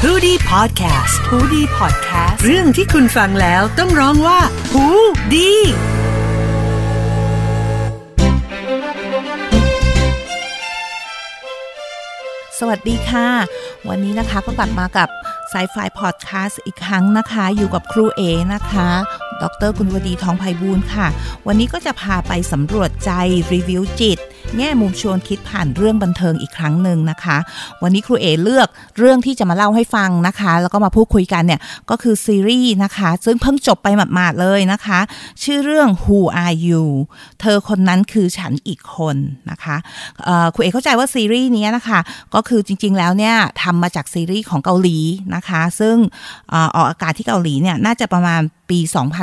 ฮูดี้พอดแคสต์ฮูดี้พอดแคสต์เรื่องที่คุณฟังแล้วต้องร้องว่าฮูดีสวัสดีค่ะวันนี้นะคะก็กลับมากับSci-Fi Podcast อีกครั้งนะคะอยู่กับครูเอนะคะดร.กุลวดีทองไพบูลย์ค่ะวันนี้ก็จะพาไปสำรวจใจรีวิวจิตแง่มุมชวนคิดผ่านเรื่องบันเทิงอีกครั้งหนึ่งนะคะวันนี้ครูเอเลือกเรื่องที่จะมาเล่าให้ฟังนะคะแล้วก็มาพูดคุยกันเนี่ยก็คือซีรีส์นะคะซึ่งเพิ่งจบไปหมาดๆเลยนะคะชื่อเรื่อง Who Are You เธอคนนั้นคือฉันอีกคนนะคะครูเอเข้าใจว่าซีรีส์นี้นะคะก็คือจริงๆแล้วเนี่ยทำมาจากซีรีส์ของเกาหลีนะคะซึ่งออกอากาศที่เกาหลีเนี่ยน่าจะประมาณปี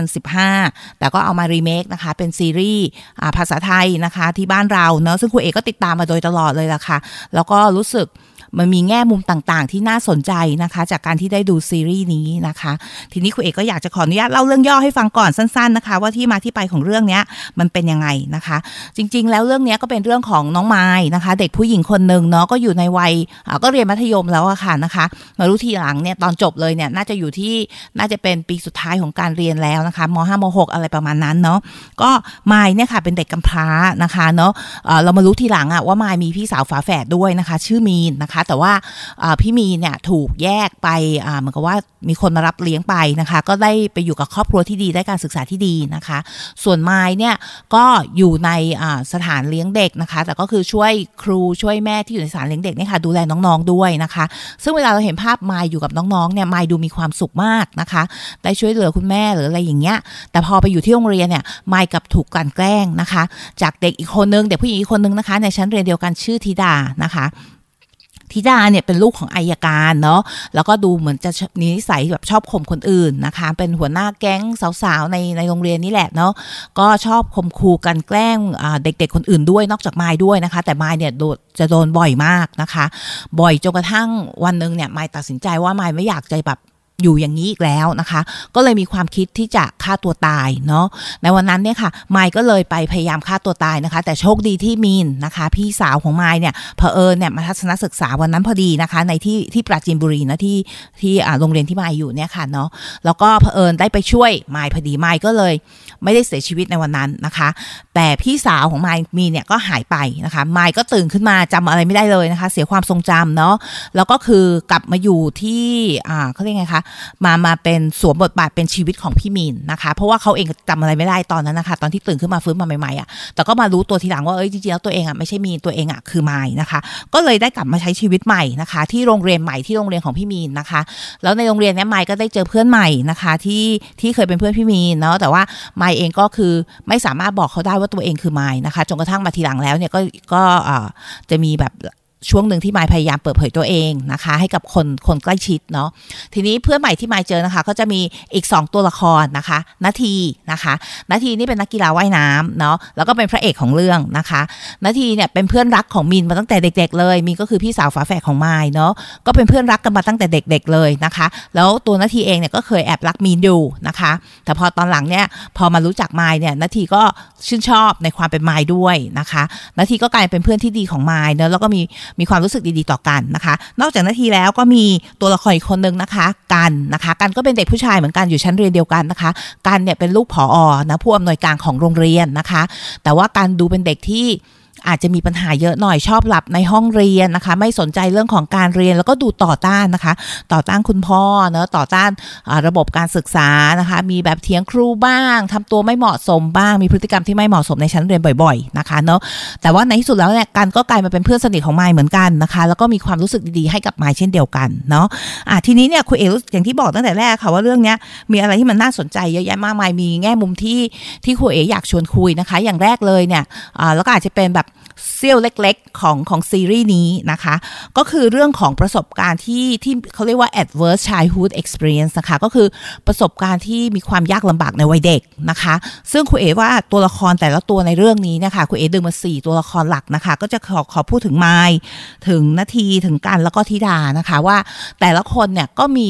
2015แต่ก็เอามารีเมคนะคะเป็นซีรีส์ภาษาไทยนะคะที่บ้านเราเนอะซึ่งครูเอกก็ติดตามมาโดยตลอดเลยล่ะค่ะแล้วก็รู้สึกมันมีแง่มุมต่างๆที่น่าสนใจนะคะจากการที่ได้ดูซีรีส์นี้นะคะทีนี้ครูเอกก็อยากจะขออนุญาตเล่าเรื่องย่อให้ฟังก่อนสั้นๆนะคะว่าที่มาที่ไปของเรื่องนี้มันเป็นยังไงนะคะจริงๆแล้วเรื่องนี้ก็เป็นเรื่องของน้องไม้นะคะเด็กผู้หญิงคนนึงเนาะก็อยู่ในวัยก็เรียนมัธยมแล้วอะค่ะนะคะมารู้ทีหลังเนี่ยตอนจบเลยเนี่ยน่าจะเป็นปีสุดท้ายของการเรียนแล้วนะคะม.5 ม.6 อะไรประมาณนั้นเนาะก็ไม้เนี่ยค่ะเป็นเด็กกำพร้านะคะเนาะเรามารู้ทีหลังอะว่าไม้มีพี่สาวฝาแฝดด้วยนะคะชื่อมีนนะคะแต่ว่าพี่มีเนี่ยถูกแยกไปเหมือนกับว่ามีคนมารับเลี้ยงไปนะคะก็ได้ไปอยู่กับครอบครัวที่ดีได้การศึกษาที่ดีนะคะส่วนไม้เนี่ยก็อยู่ในสถานเลี้ยงเด็กนะคะแต่ก็คือช่วยครูช่วยแม่ที่อยู่ในสถานเลี้ยงเด็กเนี่ยค่ะดูแลน้องๆด้วยนะคะซึ่งเวลาเราเห็นภาพไม้อยู่กับน้องๆเนี่ยไม้ดูมีความสุขมากนะคะได้ช่วยเหลือคุณแม่หรืออะไรอย่างเงี้ยแต่พอไปอยู่ที่โรงเรียนเนี่ยไม้กับถูกกลั่นแกล้งนะคะจากเด็กอีกคนนึงเด็กผู้หญิงอีกคนนึงนะคะในชั้นเรียนเดียวกันชื่อธิดานะคะธิดาเนี่ยเป็นลูกของอัยการเนาะแล้วก็ดูเหมือนจะนิสัยแบบชอบข่มคนอื่นนะคะเป็นหัวหน้าแก๊งสาวๆในโรงเรียนนี่แหละเนาะก็ชอบข่มขู่กันแกล้งเด็กๆคนอื่นด้วยนอกจากไม้ด้วยนะคะแต่ไม้เนี่ยจะโดนบ่อยมากนะคะบ่อยจนกระทั่งวันนึงเนี่ยไม้ตัดสินใจว่าไม้ไม่อยากใจแบบอยู่อย่างนี้อีกแล้วนะคะก็เลยมีความคิดที่จะฆ่าตัวตายเนาะในวันนั้นเนี่ยค่ะไมค์ก็เลยไปพยายามฆ่าตัวตายนะคะแต่โชคดีที่มีนนะคะพี่สาวของไมค์เนี่ยเผอิญเนี่ยมาทัศนศึกษาวันนั้นพอดีนะคะในที่ปราจีนบุรีนะที่โรงเรียนที่ไมค์อยู่เนี่ยค่ะเนาะแล้วก็เผอิญได้ไปช่วยไมค์พอดีไมค์ก็เลยไม่ได้เสียชีวิตในวันนั้นนะคะแต่พี่สาวของไมค์มีเนี่ยก็หายไปนะคะไมค์ก็ตื่นขึ้นมาจำอะไรไม่ได้เลยนะคะเสียความทรงจำเนาะแล้วก็คือกลับมาอยู่ที่เขาเรียกไงคะมาเป็นสวมบทบาทเป็นชีวิตของพี่มีนนะคะเพราะว่าเขาเองจำอะไรไม่ได้ตอนนั้นนะคะตอนที่ตื่นขึ้นมาฟื้นมาใหม่ๆแต่ก็มารู้ตัวทีหลังว่าจริงๆแล้วตัวเองไม่ใช่มีนตัวเองคือไมค์นะคะก็เลยได้กลับมาใช้ชีวิตใหม่นะคะที่โรงเรียนใหม่ที่โรงเรียนของพี่มีนนะคะแล้วในโรงเรียนนี้ไมค์ก็ได้เจอเพื่อนใหม่นะคะที่เคยเป็นเพื่อนพี่มีนเนาะแต่ว่าไมค์เองก็คือไม่สามารถบอกเขาได้ว่าตัวเองคือไมค์นะคะจนกระทั่งมาทีหลังแล้วเนี่ยก็จะมีแบบช่วงหนึ่งที่ไมค์พยายามเปิดเผยตัวเองนะคะให้กับคนใกล้ชิดเนาะทีนี้เพื่อนใหม่ที่ไมค์เจอนะคะก็จะมีอีก2ตัวละครนะคะนาทีนะคะนาทีนี่เป็นนักกีฬาว่ายน้ำเนาะแล้วก็เป็นพระเอกของเรื่องนะคะนาทีเนี่ยเป็นเพื่อนรักของมีนมาตั้งแต่เด็กๆเลยมีนก็คือพี่สาวฝาแฝดของไมค์เนาะก็เป็นเพื่อนรักกันมาตั้งแต่เด็กๆเลยนะคะแล้วตัวนาทีเองเนี่ยก็เคยแอบรักมีนอยู่นะคะแต่พอตอนหลังเนี่ยพอมารู้จักไมค์เนี่ยนาทีก็ชื่นชอบในความเป็นไมค์ด้วยนะคะนาทีก็กลายเป็นเพื่อนที่ดีของไมค์เนาะแล้วก็มีความรู้สึกดีๆต่อกันนะคะนอกจากนาทีแล้วก็มีตัวละครอีกคนนึงนะคะกันนะคะกันก็เป็นเด็กผู้ชายเหมือนกันอยู่ชั้นเรียนเดียวกันนะคะกันเนี่ยเป็นลูกผอ.นะผู้อำนวยการของโรงเรียนนะคะแต่ว่ากันดูเป็นเด็กที่อาจจะมีปัญหาเยอะหน่อยชอบหลับในห้องเรียนนะคะไม่สนใจเรื่องของการเรียนแล้วก็ดูต่อต้านนะคะต่อต้านคุณพ่อเนอะต่อต้านระบบการศึกษานะคะมีแบบเถียงครูบ้างทำตัวไม่เหมาะสมบ้างมีพฤติกรรมที่ไม่เหมาะสมในชั้นเรียนบ่อยๆนะคะเนอะแต่ว่าในที่สุดแล้วเนี่ยกันก็กลายมาเป็นเพื่อนสนิทของไมค์เหมือนกันนะคะแล้วก็มีความรู้สึกดีๆให้กับไมค์เช่นเดียวกันเนาะทีนี้เนี่ยคุณเอ๋อย่างที่บอกตั้งแต่แรกค่ะว่าเรื่องนี้มีอะไรที่มันน่าสนใจเยอะแยะมากมายมีแง่มุมที่คุณเอ๋อยากชวนคุยนะคะอย่างแรกเลยเนี่ยแล้วก็อาจจะเป็นแบบเสี้ยวเล็กๆของซีรีส์นี้นะคะก็คือเรื่องของประสบการณ์ที่เขาเรียกว่า adverse childhood experience นะคะก็คือประสบการณ์ที่มีความยากลำบากในวัยเด็กนะคะซึ่งครูเอ๋ว่าตัวละครแต่ละตัวในเรื่องนี้นะคะครูเอ๋ดึงมา4ตัวละครหลักนะคะก็จะขอพูดถึงไมค์ถึงนาทีถึงกันแล้วก็ธิดานะคะว่าแต่ละคนเนี่ยก็มีแบบ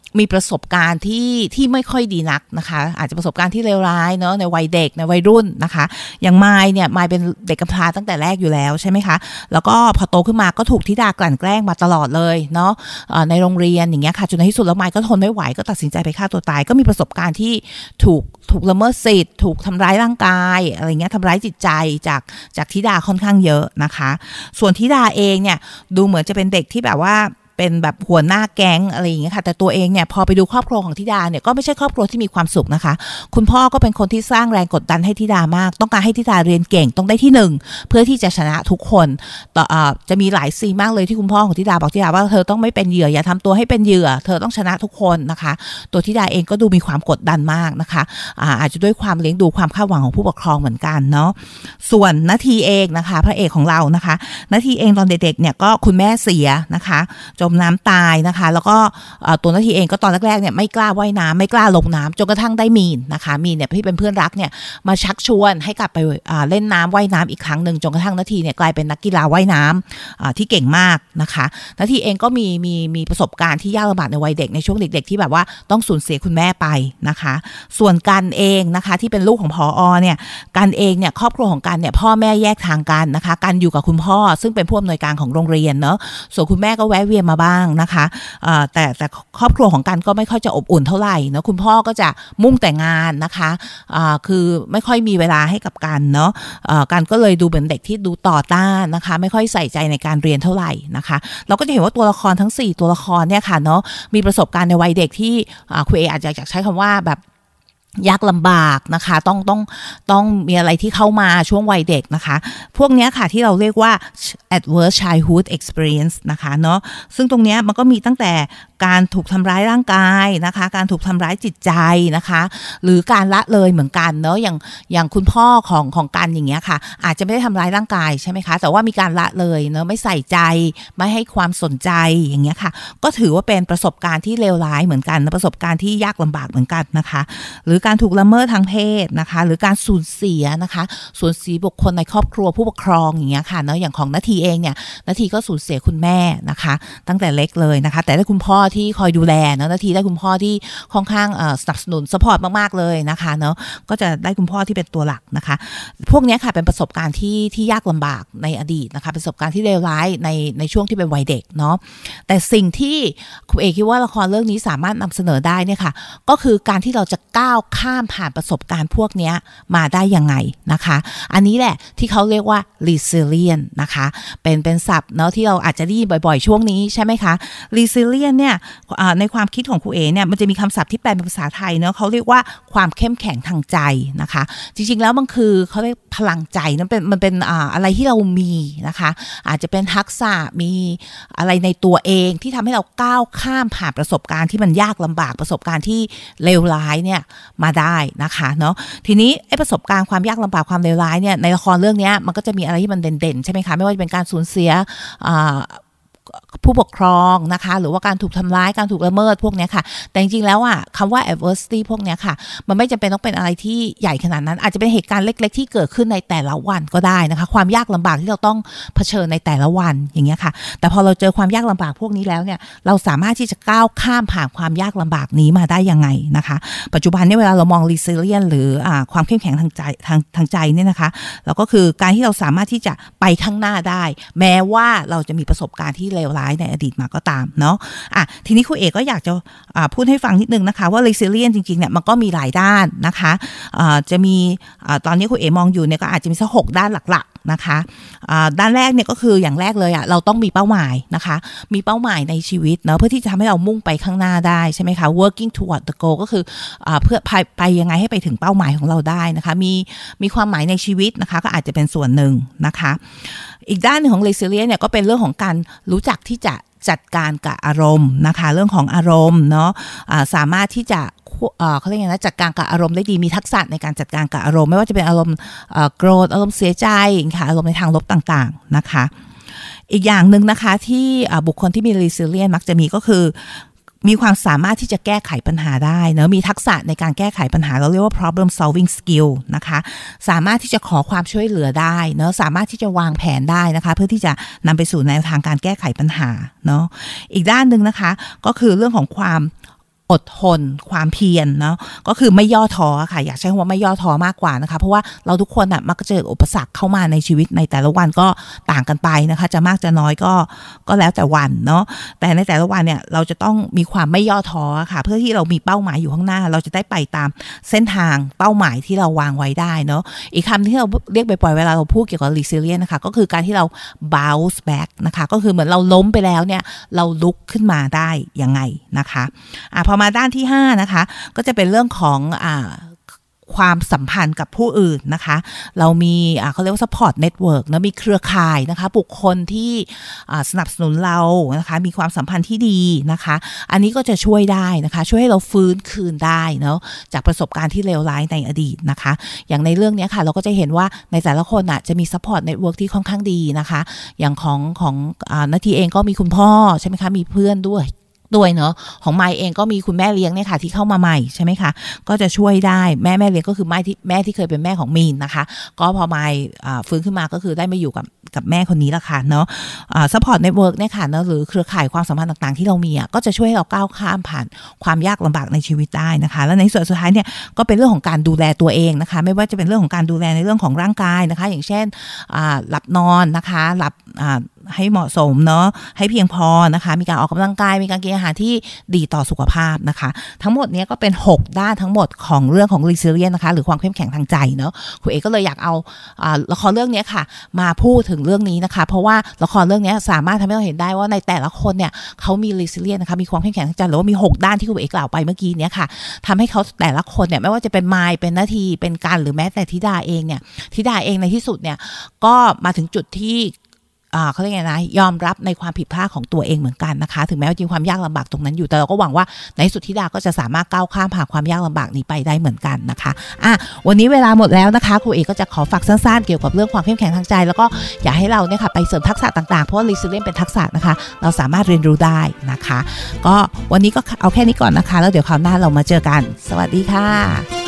มีประสบการณ์ที่ไม่ค่อยดีนักนะคะอาจจะประสบการณ์ที่เลวร้ายเนาะในวัยเด็กในวัยรุ่นนะคะอย่างมายเนี่ยมายเป็นเด็กกำพร้าตั้งแต่แรกอยู่แล้วใช่ไหมคะแล้วก็พอโตขึ้นมาก็ถูกธิดากลั่นแกล้งมาตลอดเลยเนาะในโรงเรียนอย่างเงี้ยค่ะจนในที่สุดแล้วมายก็ทนไม่ไหวก็ตัดสินใจไปฆ่าตัวตายก็มีประสบการณ์ที่ถูกละเมิดสิทธิ์ถูกทำร้ายร่างกายอะไรเงี้ยทำร้ายจิตใจจากธิดาค่อนข้างเยอะนะคะส่วนธิดาเองเนี่ยดูเหมือนจะเป็นเด็กที่แบบว่าเป็นแบบหัวหน้าแก๊งอะไรอย่างเงี้ยค่ะแต่ตัวเองเนี่ยพอไปดูครอบครัวของธิดาเนี่ยก็ไม่ใช่ครอบครัวที่มีความสุขนะคะคุณพ่อก็เป็นคนที่สร้างแรงกดดันให้ธิดามากต้องการให้ธิดาเรียนเก่งต้องได้ที่1เพื่อที่จะชนะทุกคนจะมีหลายซีนมากเลยที่คุณพ่อของธิดาบอกธิดาว่าเธอต้องไม่เป็นเหยื่ออย่าทำตัวให้เป็นเหยื่อเธอต้องชนะทุกคนนะคะตัวธิดาเองก็ดูมีความกดดันมากนะคะอาจจะด้วยความเลี้ยงดูความคาดหวังของผู้ปกครองเหมือนกันเนาะส่วนนาทีเองนะคะพระเอกของเรานะคะนาทีเองตอนเด็กๆเนี่ยก็คุณแม่เสียนะคะจมน้ำตายนะคะแล้วก็ตัวนาทีเองก็ตอนแรกๆเนี่ยไม่กล้าว่ายน้ำไม่กล้าลงน้ำจนกระทั่งได้มีนนะคะมีนเนี่ยที่เป็นเพื่อนรักเนี่ยมาชักชวนให้กลับไปเล่นน้ำว่ายน้ำอีกครั้งหนึ่งจนกระทั่งนาทีเนี่ยกลายเป็นนักกีฬาว่ายน้ำที่เก่งมากนะคะนาทีเองก็มีประสบการณ์ที่ยากลำบากในวัยเด็กในช่วงเด็กๆที่แบบว่าต้องสูญเสียคุณแม่ไปนะคะส่วนกันเองนะคะที่เป็นลูกของผอ.เนี่ยกันเองเนี่ยครอบครัวของกันเนี่ยพ่อแม่แยกทางกันนะคะกันอยู่กับคุณพ่อซึ่งเป็นผู้อำนวยการของโรงเรียนเนาะส่วนคุณแม่ก็แวะเวียนมาบ้างนะคะแต่ครอบครัวของกันก็ไม่ค่อยจะอบอุ่นเท่าไหร่เนาะคุณพ่อก็จะมุ่งแต่งานนะคะคือไม่ค่อยมีเวลาให้กับกันเนาะกันก็เลยดูเป็นเด็กที่ดูต่อต้านนะคะไม่ค่อยใส่ใจในการเรียนเท่าไหร่นะคะเราก็จะเห็นว่าตัวละครทั้ง4ตัวละครเนี่ยค่ะเนาะมีประสบการณ์ในวัยเด็กที่คุณเออาจจะอยากใช้คำว่าแบบยากลำบากนะคะต้องมีอะไรที่เข้ามาช่วงวัยเด็กนะคะพวกนี้ค่ะที่เราเรียกว่า adverse childhood experience นะคะเนาะซึ่งตรงนี้มันก็มีตั้งแต่การถูกทำร้ายร่างกายนะคะการถูกทำร้ายจิตใจนะคะหรือการละเลยเหมือนกันเนาะอย่างคุณพ่อของกันอย่างเงี้ยค่ะอาจจะไม่ได้ทำร้ายร่างกายใช่ไหมคะแต่ว่ามีการละเลยเนาะไม่ใส่ใจไม่ให้ความสนใจอย่างเงี้ยค่ะก็ถือว่าเป็นประสบการณ์ที่เลวร้ายเหมือนกันประสบการณ์ที่ยากลำบากเหมือนกันนะคะหรือการถูกละเมิดทางเพศนะคะหรือการสูญเสียนะคะสูญเสียบุคคลในครอบครัวผู้ปกครองอย่างเงี้ยค่ะเนาะอย่างของนาทีเองเนี่ยนาทีก็สูญเสียคุณแม่นะคะตั้งแต่เล็กเลยนะคะแต่ได้คุณพ่อที่คอยดูแลเนาะนาทีได้คุณพ่อที่ค่อนข้างสนับสนุนซัพพอร์ตมากๆเลยนะคะเนาะก็จะได้คุณพ่อที่เป็นตัวหลักนะคะพวกนี้ค่ะเป็นประสบการณ์ที่ยากลำบากในอดีตนะคะประสบการณ์ที่เลวร้ายในช่วงที่เป็นวัยเด็กเนาะแต่สิ่งที่คุณเอกคิดว่าละครเรื่องนี้สามารถนำเสนอได้เนี่ยค่ะก็คือการที่เราจะก้าวข้ามผ่านประสบการณ์พวกนี้มาได้ยังไงนะคะอันนี้แหละที่เขาเรียกว่า resilient นะคะเป็นศัพท์เนาะที่เราอาจจะได้ยินบ่อยๆช่วงนี้ใช่ไหมคะ resilient เนี่ยในความคิดของครูเอเนี่ยมันจะมีคำศัพท์ที่แปลเป็นภาษาไทยเนาะเขาเรียกว่าความเข้มแข็งทางใจนะคะจริงๆแล้วมันคือเขาเรียกพลังใจมันเป็นอะไรที่เรามีนะคะอาจจะเป็นทักษะมีอะไรในตัวเองที่ทำให้เราก้าวข้ามผ่านประสบการณ์ที่มันยากลำบากประสบการณ์ที่เลวร้ายเนี่ยมาได้นะคะเนาะทีนี้ไอ้ประสบการณ์ความยากลำบากความเลวร้ายเนี่ยในละครเรื่องนี้มันก็จะมีอะไรที่มันเด่นๆใช่ไหมคะไม่ว่าจะเป็นการสูญเสียผู้ปกครองนะคะหรือว่าการถูกทำร้ายการถูกละเมิดพวกนี้ค่ะแต่จริงๆแล้วคำว่า adversity พวกนี้ค่ะมันไม่จำเป็นต้องเป็นอะไรที่ใหญ่ขนาดนั้นอาจจะเป็นเหตุการณ์เล็กๆที่เกิดขึ้นในแต่ละวันก็ได้นะคะความยากลำบากที่เราต้องเผชิญในแต่ละวันอย่างเงี้ยค่ะแต่พอเราเจอความยากลำบากพวกนี้แล้วเนี่ยเราสามารถที่จะก้าวข้ามผ่านความยากลำบากนี้มาได้ยังไงนะคะปัจจุบันเนี่ยเวลาเรามอง resilient หรือความเข้มแข็งทางใจเนี่ยนะคะแล้วก็คือการที่เราสามารถที่จะไปข้างหน้าได้แม้ว่าเราจะมีประสบการณ์ที่เลวร้ายในอดีตมาก็ตามเนาะทีนี้ครูเอกก็อยากจะพูดให้ฟังนิดนึงนะคะว่า resilient จริงๆเนี่ยมันก็มีหลายด้านนะคะจะมีตอนนี้ครูเอกมองอยู่เนี่ยก็อาจจะมีสัก6ด้านหลักๆนะคะด้านแรกเนี่ยก็คืออย่างแรกเลยเราต้องมีเป้าหมายนะคะมีเป้าหมายในชีวิตเนาะเพื่อที่จะทำให้เรามุ่งไปข้างหน้าได้ใช่ไหมคะ working toward the goal ก็คือเพื่อไปยังไงให้ไปถึงเป้าหมายของเราได้นะคะมีความหมายในชีวิตนะคะก็อาจจะเป็นส่วนหนึ่งนะคะอีกด้านหนึ่งของ resilience เนี่ยก็เป็นเรื่องของการรู้จักที่จะจัดการกับอารมณ์นะคะเรื่องของอารมณ์เนาะสามารถที่จะเขาเรียกไงนะจัดการกับอารมณ์ได้ดีมีทักษะในการจัดการกับอารมณ์ไม่ว่าจะเป็นอารมณ์โกรธอารมณ์เสียใจค่ะอารมณ์ในทางลบต่างๆนะคะอีกอย่างหนึ่งนะคะที่บุคคลที่มี resilience มักจะมีก็คือมีความสามารถที่จะแก้ไขปัญหาได้เนอะมีทักษะในการแก้ไขปัญหาเราเรียกว่า problem solving skill นะคะสามารถที่จะขอความช่วยเหลือได้เนอะสามารถที่จะวางแผนได้นะคะเพื่อที่จะนำไปสู่แนวทางการแก้ไขปัญหาเนาะอีกด้านหนึ่งนะคะก็คือเรื่องของความอดทนความเพียรเนาะก็คือไม่ย่อท้อค่ะอยากใช้คำว่าไม่ย่อท้อมากกว่านะคะเพราะว่าเราทุกคนมักจะเจออุปสรรคเข้ามาในชีวิตในแต่ละวันก็ต่างกันไปนะคะจะมากจะน้อยก็แล้วแต่วันเนาะแต่ในแต่ละวันเนี่ยเราจะต้องมีความไม่ย่อท้อค่ะเพื่อที่เรามีเป้าหมายอยู่ข้างหน้าเราจะได้ไปตามเส้นทางเป้าหมายที่เราวางไว้ได้เนาะอีกคำที่เราเรียกบ่อยๆเวลาเราพูดเกี่ยวกับ resilience นะคะก็คือการที่เรา bounce back นะคะก็คือเหมือนเราล้มไปแล้วเนี่ยเราลุกขึ้นมาได้ยังไงนะคะพอมาด้านที่5นะคะก็จะเป็นเรื่องของความสัมพันธ์กับผู้อื่นนะคะเรามีเขาเรียกว่า support network นะมีเครือข่ายนะคะบุคคลที่สนับสนุนเรานะคะมีความสัมพันธ์ที่ดีนะคะอันนี้ก็จะช่วยได้นะคะช่วยให้เราฟื้นคืนได้เนาะจากประสบการณ์ที่เลวร้ายในอดีตนะคะอย่างในเรื่องนี้ค่ะเราก็จะเห็นว่าในแต่ละคนจะมี support network ที่ค่อนข้างดีนะคะอย่างของนาทีเองก็มีคุณพ่อใช่ไหมคะมีเพื่อนด้วยเนาะของไมค์เองก็มีคุณแม่เลี้ยงเนี่ยค่ะที่เข้ามาใหม่ใช่ไหมคะก็จะช่วยได้แม่เลี้ยงก็คือแม่ที่เคยเป็นแม่ของมีนนะคะก็พอไมค์ฟื้นขึ้นมาก็คือได้มาอยู่กับแม่คนนี้ละค่ะเนาะsupport network เนี่ยค่ะเนาะหรือเครือข่ายความสัมพันธ์ต่างๆที่เรามีก็จะช่วยให้เราก้าวข้ามผ่านความยากลำบากในชีวิตได้นะคะแล้วในส่วนสุดท้ายเนี่ยก็เป็นเรื่องของการดูแลตัวเองนะคะไม่ว่าจะเป็นเรื่องของการดูแลในเรื่องของร่างกายนะคะอย่างเช่นหลับนอนนะคะหลับให้เหมาะสมเนาะให้เพียงพอนะคะมีการออกกำลังกายมีการกินอาหารที่ดีต่อสุขภาพนะคะทั้งหมดนี้ก็เป็น6ด้านทั้งหมดของเรื่องของ resilience นะคะหรือความเข้มแข็งทางใจเนาะครูเอกก็เลยอยากเอาละครเรื่องนี้ค่ะมาพูดถึงเรื่องนี้นะคะเพราะว่าละครเรื่องนี้สามารถทำให้เราเห็นได้ว่าในแต่ละคนเนี่ยเขามี resilience นะคะมีความเข้มแข็งทางใจหรือว่ามี6ด้านที่ครูเอกกล่าวไปเมื่อกี้เนี่ยค่ะทำให้เขาแต่ละคนเนี่ยไม่ว่าจะเป็นไมล์เป็นนาทีเป็นการหรือแม้แต่ธิดาเองในที่สุดเนี่ยก็มาถึงจุดที่เขาเรียกไงนะยอมรับในความผิดพลาดของตัวเองเหมือนกันนะคะถึงแม้ว่าจริงความยากลำบากตรงนั้นอยู่แต่เราก็หวังว่าในสุดธิดาก็จะสามารถก้าวข้ามผ่านความยากลำบากนี้ไปได้เหมือนกันนะคะวันนี้เวลาหมดแล้วนะคะครูเอกก็จะขอฝากสั้นๆเกี่ยวกับเรื่องความเข้มแข็งทางใจแล้วก็อยากให้เราเนี่ยค่ะไปเสริมทักษะต่างๆเพราะว่า resilience เป็นทักษะนะคะเราสามารถเรียนรู้ได้นะคะก็วันนี้ก็เอาแค่นี้ก่อนนะคะแล้วเดี๋ยวคราวหน้าเรามาเจอกันสวัสดีค่ะ